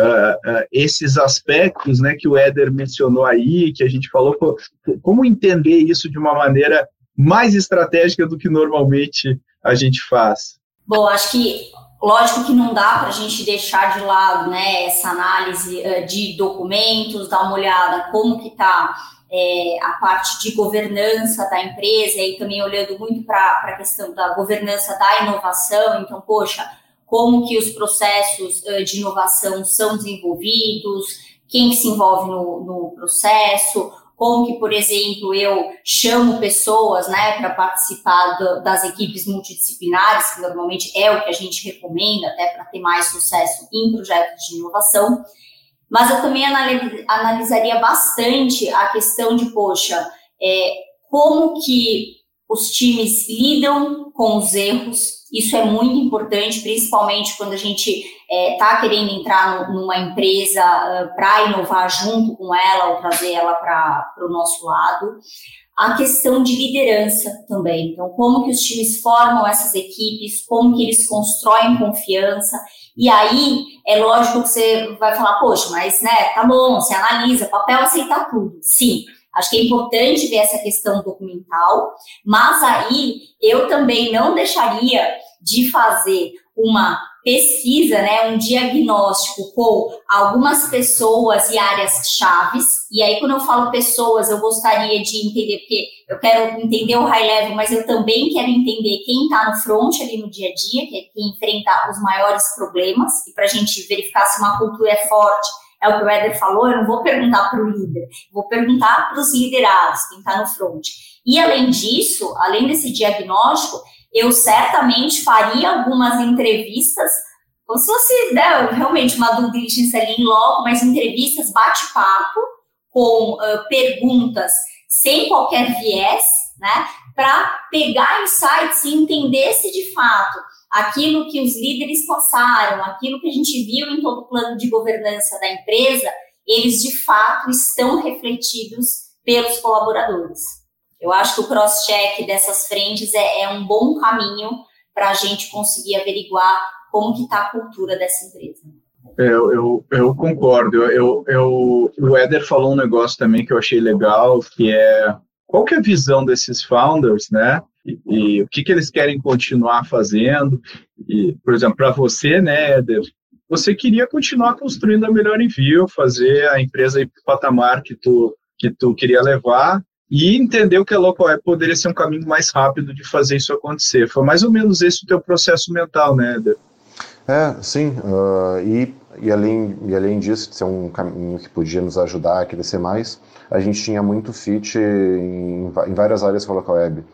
esses aspectos, né, que o Éder mencionou aí, que a gente falou, como entender isso de uma maneira mais estratégica do que normalmente a gente faz? Bom, acho que, lógico que não dá para a gente deixar de lado, né, essa análise de documentos, dar uma olhada como que está a parte de governança da empresa, e também olhando muito para a questão da governança da inovação. Então, poxa, como que os processos de inovação são desenvolvidos, quem que se envolve no processo, como que, por exemplo, eu chamo pessoas, né, para participar das equipes multidisciplinares, que normalmente é o que a gente recomenda até para ter mais sucesso em projetos de inovação. Mas eu também analisaria bastante a questão de, poxa, como que os times lidam com os erros. Isso é muito importante, principalmente quando a gente está querendo entrar numa empresa para inovar junto com ela ou trazer ela para o nosso lado. A questão de liderança também. Então, como que os times formam essas equipes, como que eles constroem confiança. E aí, é lógico que você vai falar, poxa, mas, né, tá bom, você analisa, papel aceitar tudo. Sim. Acho que é importante ver essa questão documental, mas aí eu também não deixaria de fazer uma pesquisa, né, um diagnóstico com algumas pessoas e áreas chaves. E aí, quando eu falo pessoas, eu gostaria de entender, porque eu quero entender o high level, mas eu também quero entender quem está no front ali no dia a dia, que é quem enfrenta os maiores problemas, e para a gente verificar se uma cultura é forte. É o que o Éder falou, eu não vou perguntar para o líder, vou perguntar para os liderados, quem está no front. E, além disso, além desse diagnóstico, eu certamente faria algumas entrevistas, como se fosse, né, realmente uma due diligence ali em loco, mas entrevistas bate-papo com perguntas sem qualquer viés, né, para pegar insights e entender se, de fato, aquilo que os líderes passaram, aquilo que a gente viu em todo o plano de governança da empresa, eles de fato estão refletidos pelos colaboradores. Eu acho que o cross-check dessas frentes é um bom caminho para a gente conseguir averiguar como que está a cultura dessa empresa. Eu concordo. O Éder falou um negócio também que eu achei legal, que é qual que é a visão desses founders, né? e o que eles querem continuar fazendo. E, por exemplo, para você, né, Éder, você queria continuar construindo a Melhor Envio, fazer a empresa ir para o patamar que tu queria levar e entendeu que a Local Web poderia ser um caminho mais rápido de fazer isso acontecer. Foi mais ou menos esse o teu processo mental, né, Éder? Sim, e além disso, de ser um caminho que podia nos ajudar a crescer mais, a gente tinha muito fit em várias áreas com a Local Web.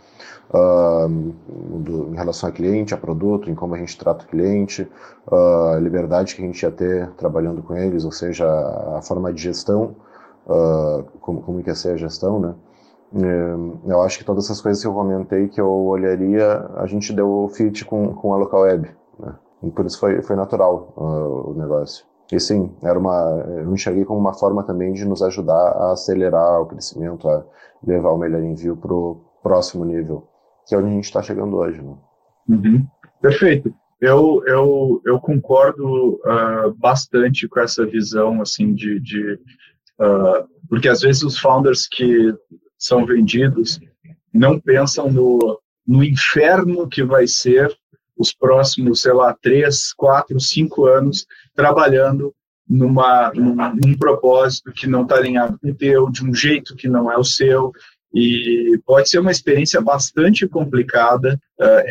Em relação a cliente, a produto, em como a gente trata o cliente, a liberdade que a gente ia ter trabalhando com eles, ou seja, a forma de gestão, como que ia ser a gestão, né? Eu acho que todas essas coisas que eu comentei que eu olharia, a gente deu fit com a Local Web, né? E por isso foi natural o negócio. E sim, eu enxerguei como uma forma também de nos ajudar a acelerar o crescimento, a levar o Melhor Envio para o próximo nível, que é onde a gente está chegando hoje, né? Uhum. Perfeito. Eu concordo bastante com essa visão, assim, porque às vezes os founders que são vendidos não pensam no inferno que vai ser os próximos, 3, 4, 5 anos trabalhando num propósito que não está alinhado com o teu, de um jeito que não é o seu, e pode ser uma experiência bastante complicada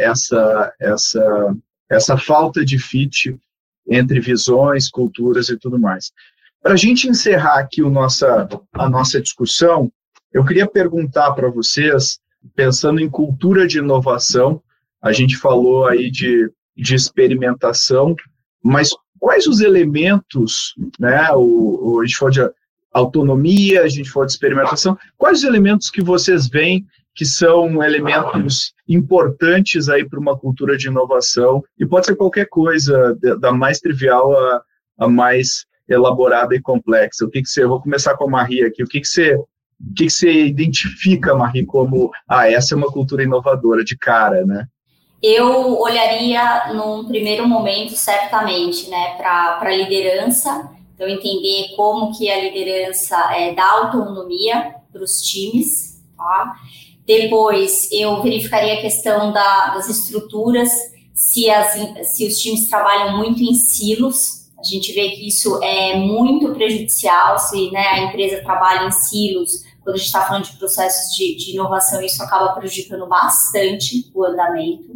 essa falta de fit entre visões, culturas e tudo mais. Para a gente encerrar aqui a nossa discussão, eu queria perguntar para vocês, pensando em cultura de inovação, a gente falou aí de experimentação, mas quais os elementos, né? A gente falou de autonomia, a gente falou de experimentação, quais os elementos que vocês veem que são elementos importantes aí para uma cultura de inovação? E pode ser qualquer coisa, da mais trivial a mais elaborada e complexa. Eu vou começar com a Marie aqui. O que você identifica, Marie, como essa é uma cultura inovadora de cara, né? Eu olharia, num primeiro momento, certamente, né, para a liderança, então entender como que a liderança dá autonomia para os times, tá? Depois, eu verificaria a questão das estruturas, se os times trabalham muito em silos. A gente vê que isso é muito prejudicial, se, né, a empresa trabalha em silos. Quando a gente está falando de processos de inovação, isso acaba prejudicando bastante o andamento.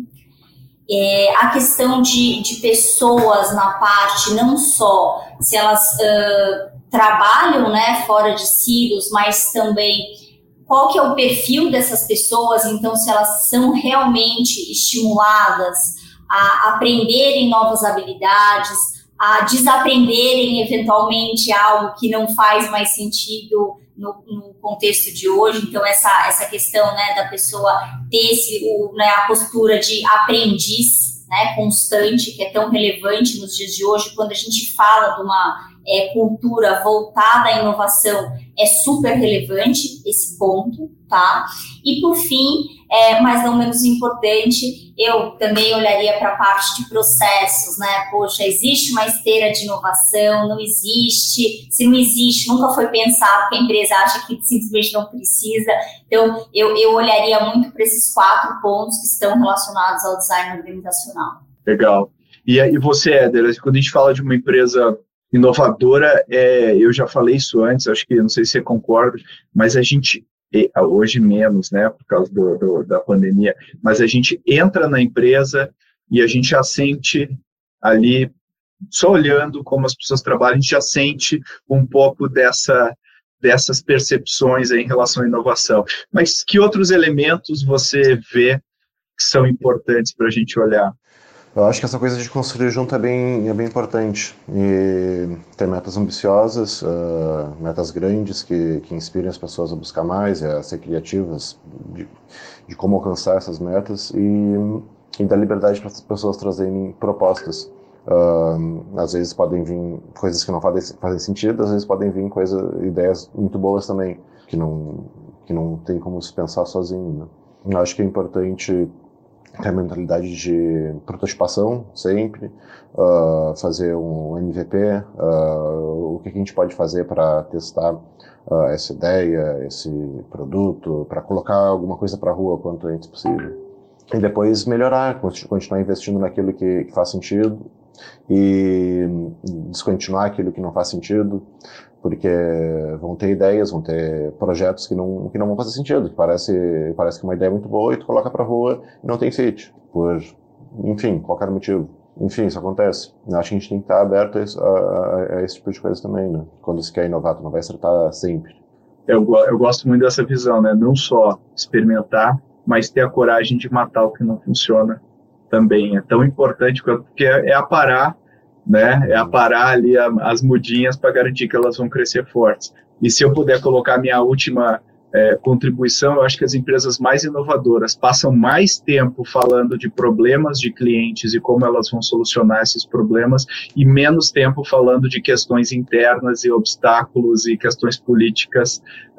A questão de pessoas na parte, não só se elas trabalham, né, fora de silos, mas também qual que é o perfil dessas pessoas, então se elas são realmente estimuladas a aprenderem novas habilidades, a desaprenderem eventualmente algo que não faz mais sentido no contexto de hoje. Então essa questão, né, da pessoa ter a postura de aprendiz, né, constante, que é tão relevante nos dias de hoje, quando a gente fala de uma cultura voltada à inovação, é super relevante esse ponto, tá? E por fim, mas não menos importante, eu também olharia para a parte de processos, né? Poxa, existe uma esteira de inovação? Não existe? Se não existe, nunca foi pensado, porque a empresa acha que simplesmente não precisa. Então, eu olharia muito para esses 4 pontos que estão relacionados ao design organizacional. Legal. E você, Éder, quando a gente fala de uma empresa inovadora, eu já falei isso antes, acho que, não sei se você concorda, mas a gente, hoje menos, né, por causa da pandemia, mas a gente entra na empresa e a gente já sente ali, só olhando como as pessoas trabalham, a gente já sente um pouco dessas percepções aí em relação à inovação. Mas que outros elementos você vê que são importantes para a gente olhar? Eu acho que essa coisa de construir junto é bem importante. E ter metas ambiciosas, metas grandes que inspirem as pessoas a buscar mais e a ser criativas de como alcançar essas metas e dar liberdade para as pessoas trazerem propostas. Às vezes podem vir coisas que não fazem sentido, às vezes podem vir ideias muito boas também, que não tem como se pensar sozinho, né? Eu acho que é importante ter a mentalidade de prototipação sempre, fazer um MVP, o que a gente pode fazer para testar essa ideia, esse produto, para colocar alguma coisa para a rua quanto antes possível. e depois melhorar, continuar investindo naquilo que faz sentido e descontinuar aquilo que não faz sentido, porque vão ter ideias, vão ter projetos que não vão fazer sentido, que parece que uma ideia é muito boa e tu coloca pra rua e não tem fit, por, enfim, qualquer motivo. Enfim, isso acontece. Eu acho que a gente tem que estar aberto a esse tipo de coisa também, né? Quando se quer inovar, tu não vai acertar sempre. Eu gosto muito dessa visão, né? Não só experimentar, mas ter a coragem de matar o que não funciona também. É tão importante, porque é aparar, né? É aparar ali as mudinhas para garantir que elas vão crescer fortes. E se eu puder colocar minha última contribuição, eu acho que as empresas mais inovadoras passam mais tempo falando de problemas de clientes e como elas vão solucionar esses problemas e menos tempo falando de questões internas e obstáculos e questões políticas,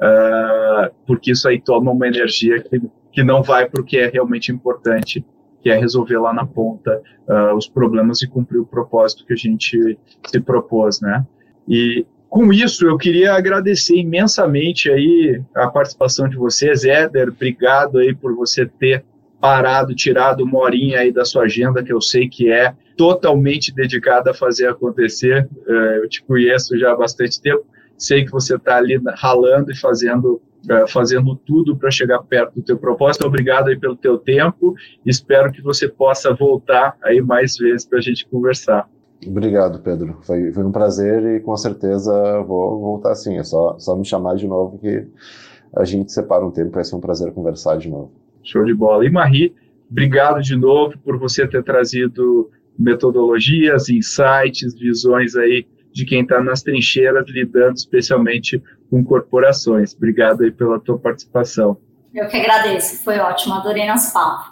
porque isso aí toma uma energia que não vai para o que é realmente importante, que é resolver lá na ponta os problemas e cumprir o propósito que a gente se propôs, né? E com isso, eu queria agradecer imensamente aí a participação de vocês. Éder, obrigado aí por você ter parado, tirado uma horinha aí da sua agenda, que eu sei que é totalmente dedicada a fazer acontecer. Eu te conheço já há bastante tempo, sei que você está ali ralando e fazendo tudo para chegar perto do teu propósito. Obrigado aí pelo teu tempo, espero que você possa voltar aí mais vezes para a gente conversar. Obrigado, Pedro. Foi um prazer e com certeza vou voltar sim. É só me chamar de novo que a gente separa um tempo. Vai ser um prazer conversar de novo. Show de bola. E Marie, obrigado de novo por você ter trazido metodologias, insights, visões aí de quem está nas trincheiras lidando especialmente com corporações. Obrigado aí pela tua participação. Eu que agradeço. Foi ótimo. Adorei nosso papo.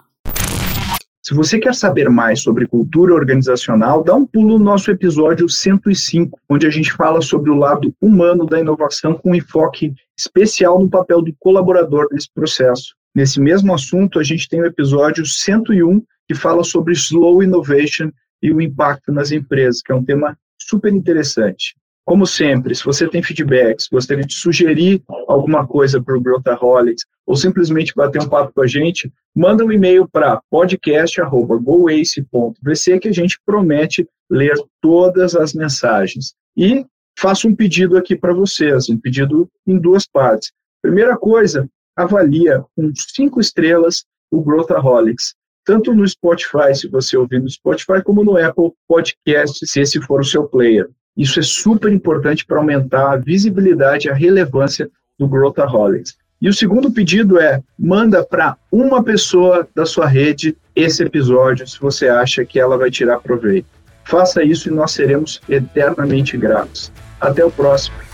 Se você quer saber mais sobre cultura organizacional, dá um pulo no nosso episódio 105, onde a gente fala sobre o lado humano da inovação com enfoque especial no papel do colaborador nesse processo. Nesse mesmo assunto, a gente tem o episódio 101, que fala sobre slow innovation e o impacto nas empresas, que é um tema super interessante. Como sempre, se você tem feedbacks, gostaria de sugerir alguma coisa para o Growthaholics ou simplesmente bater um papo com a gente, manda um e-mail para podcast@goace.vc que a gente promete ler todas as mensagens. E faço um pedido aqui para vocês, um pedido em duas partes. Primeira coisa, avalia com 5 estrelas o Growthaholics, tanto no Spotify, se você ouvir no Spotify, como no Apple Podcast, se esse for o seu player. Isso é super importante para aumentar a visibilidade e a relevância do Growthaholics. E o segundo pedido é, manda para uma pessoa da sua rede esse episódio, se você acha que ela vai tirar proveito. Faça isso e nós seremos eternamente gratos. Até o próximo.